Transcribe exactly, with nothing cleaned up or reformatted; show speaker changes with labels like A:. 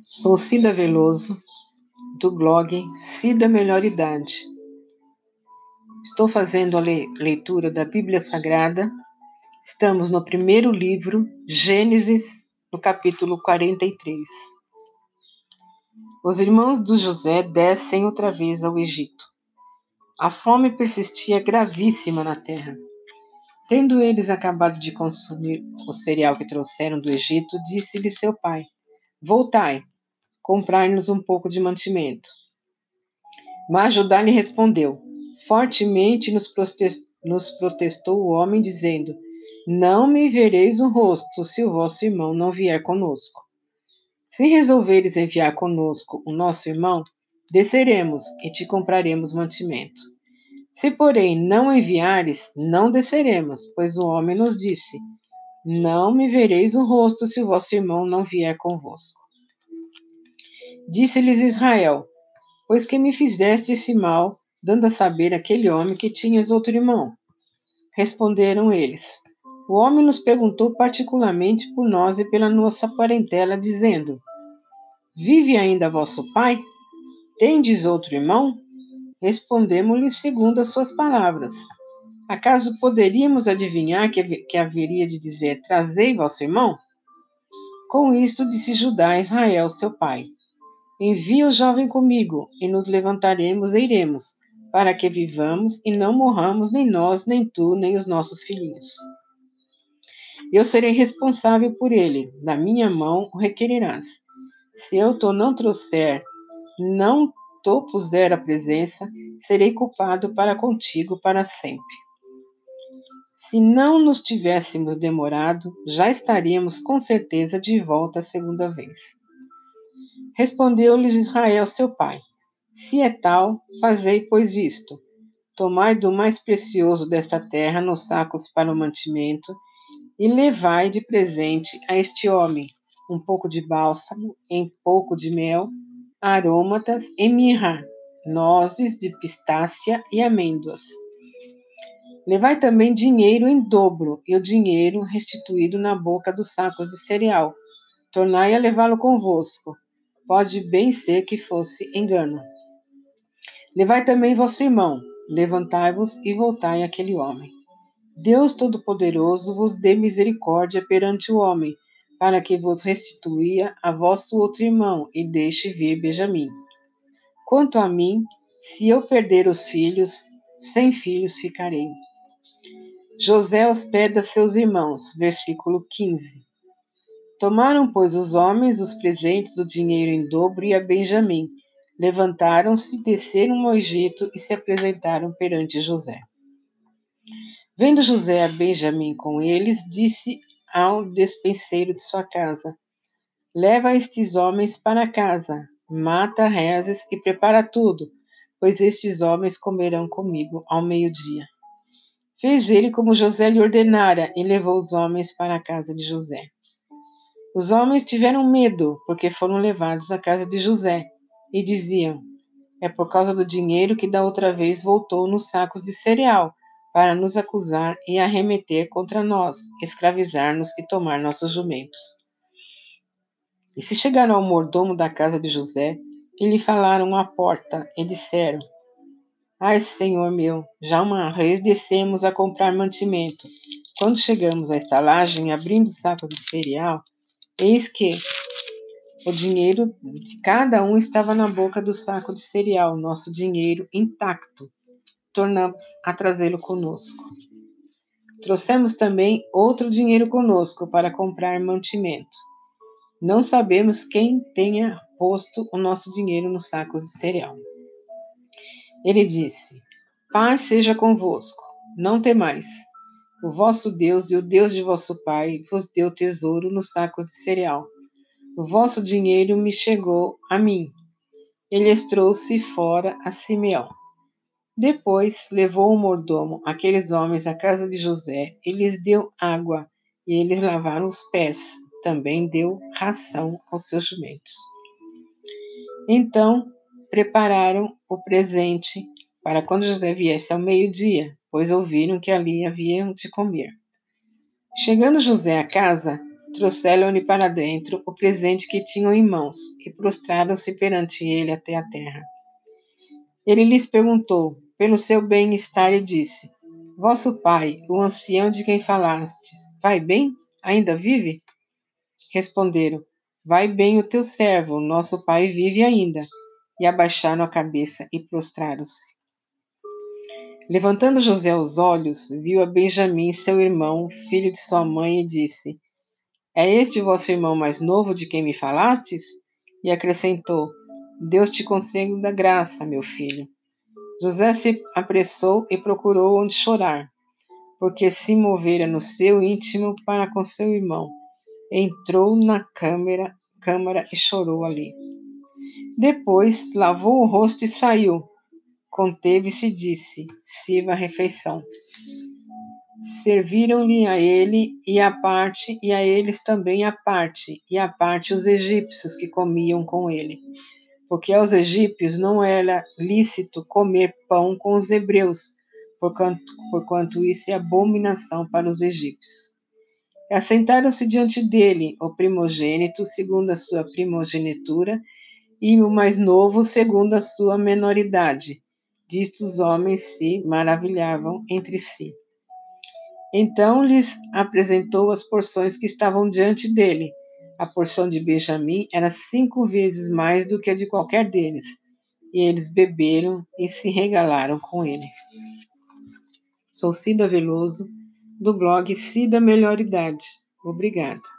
A: Sou Cida Veloso, do blog Cida Melhor Idade. Estou fazendo a leitura da Bíblia Sagrada. Estamos no primeiro livro, Gênesis, no capítulo quarenta e três. Os irmãos de José descem outra vez ao Egito. A fome persistia gravíssima na terra. Tendo eles acabado de consumir o cereal que trouxeram do Egito, disse-lhe seu pai: Voltai, comprai-nos um pouco de mantimento. Mas Judá lhe respondeu: Fortemente nos protestou o homem, dizendo: Não me vereis o rosto, se o vosso irmão não vier conosco. Se resolveres enviar conosco o nosso irmão, desceremos e te compraremos mantimento. Se, porém, não enviares, não desceremos, pois o homem nos disse: Não me vereis o rosto, se o vosso irmão não vier convosco. Disse-lhes Israel: Pois que me fizeste esse mal, dando a saber aquele homem que tinhas outro irmão? Responderam eles: O homem nos perguntou particularmente por nós e pela nossa parentela, dizendo: Vive ainda vosso pai? Tendes outro irmão? Respondemos-lhe segundo as suas palavras. Acaso poderíamos adivinhar que, que haveria de dizer: Trazei vosso irmão? Com isto disse Judá a Israel, seu pai: Envia o jovem comigo, e nos levantaremos e iremos, para que vivamos e não morramos, nem nós, nem tu, nem os nossos filhinhos. Eu serei responsável por ele, da minha mão o requererás. Se eu te não trouxer, não te puser à presença, serei culpado para contigo para sempre. Se não nos tivéssemos demorado, já estaríamos com certeza de volta a segunda vez. Respondeu-lhes Israel, seu pai: Se é tal, fazei, pois, isto: Tomai do mais precioso desta terra nos sacos para o mantimento, e levai de presente a este homem um pouco de bálsamo, em pouco de mel, aromatas e mirra, nozes de pistácia e amêndoas. Levai também dinheiro em dobro, e o dinheiro restituído na boca dos sacos de cereal. Tornai a levá-lo convosco. Pode bem ser que fosse engano. Levai também vosso irmão, levantai-vos e voltai àquele homem. Deus Todo-Poderoso vos dê misericórdia perante o homem, para que vos restituía a vosso outro irmão e deixe vir Benjamim. Quanto a mim, se eu perder os filhos, sem filhos ficarei. José hospeda seus irmãos, versículo quinze. Tomaram, pois, os homens os presentes, o dinheiro em dobro e a Benjamim. Levantaram-se, desceram ao Egito e se apresentaram perante José. Vendo José a Benjamim com eles, disse ao despenseiro de sua casa: Leva estes homens para casa, mata rezes e prepara tudo, pois estes homens comerão comigo ao meio-dia. Fez ele como José lhe ordenara e levou os homens para a casa de José. Os homens tiveram medo, porque foram levados à casa de José, e diziam: É por causa do dinheiro que da outra vez voltou nos sacos de cereal, para nos acusar e arremeter contra nós, escravizar-nos e tomar nossos jumentos. E se chegaram ao mordomo da casa de José, e lhe falaram à porta, e disseram: Ai, senhor meu, já uma vez descemos a comprar mantimento. Quando chegamos à estalagem, abrindo os sacos de cereal, eis que o dinheiro de cada um estava na boca do saco de cereal, nosso dinheiro intacto. Tornamos a trazê-lo conosco. Trouxemos também outro dinheiro conosco para comprar mantimento. Não sabemos quem tenha posto o nosso dinheiro nos sacos de cereal. Ele disse: Paz seja convosco, não temais. O vosso Deus e o Deus de vosso pai vos deu tesouro nos sacos de cereal. O vosso dinheiro me chegou a mim. Ele os trouxe fora a Simeão. Depois levou o mordomo aqueles homens à casa de José e lhes deu água, e eles lavaram os pés. Também deu ração aos seus jumentos. Então prepararam o presente para quando José viesse ao meio-dia, pois ouviram que ali haviam de comer. Chegando José à casa, trouxeram-lhe para dentro o presente que tinham em mãos, e prostraram-se perante ele até a terra. Ele lhes perguntou pelo seu bem-estar e disse: Vosso pai, o ancião de quem falastes, vai bem? Ainda vive? Responderam: Vai bem o teu servo, nosso pai vive ainda. E abaixaram a cabeça e prostraram-se. Levantando José os olhos, viu a Benjamim, seu irmão, filho de sua mãe, e disse: É este vosso irmão mais novo de quem me falastes? E acrescentou: Deus te conceda graça, meu filho. José se apressou e procurou onde chorar, porque se movera no seu íntimo para com seu irmão. Entrou na câmara, câmara e chorou ali. Depois lavou o rosto e saiu. Conteve-se e disse: Sirva a refeição. Serviram-lhe a ele e a parte, e a eles também a parte, e a parte os egípcios que comiam com ele. Porque aos egípcios não era lícito comer pão com os hebreus, porquanto, porquanto isso é abominação para os egípcios. E assentaram-se diante dele o primogênito, segundo a sua primogenitura, e o mais novo, segundo a sua menoridade. Disto os homens se maravilhavam entre si. Então lhes apresentou as porções que estavam diante dele. A porção de Benjamim era cinco vezes mais do que a de qualquer deles. E eles beberam e se regalaram com ele. Sou Cida Veloso, do blog Cida Melhor Idade. Obrigada.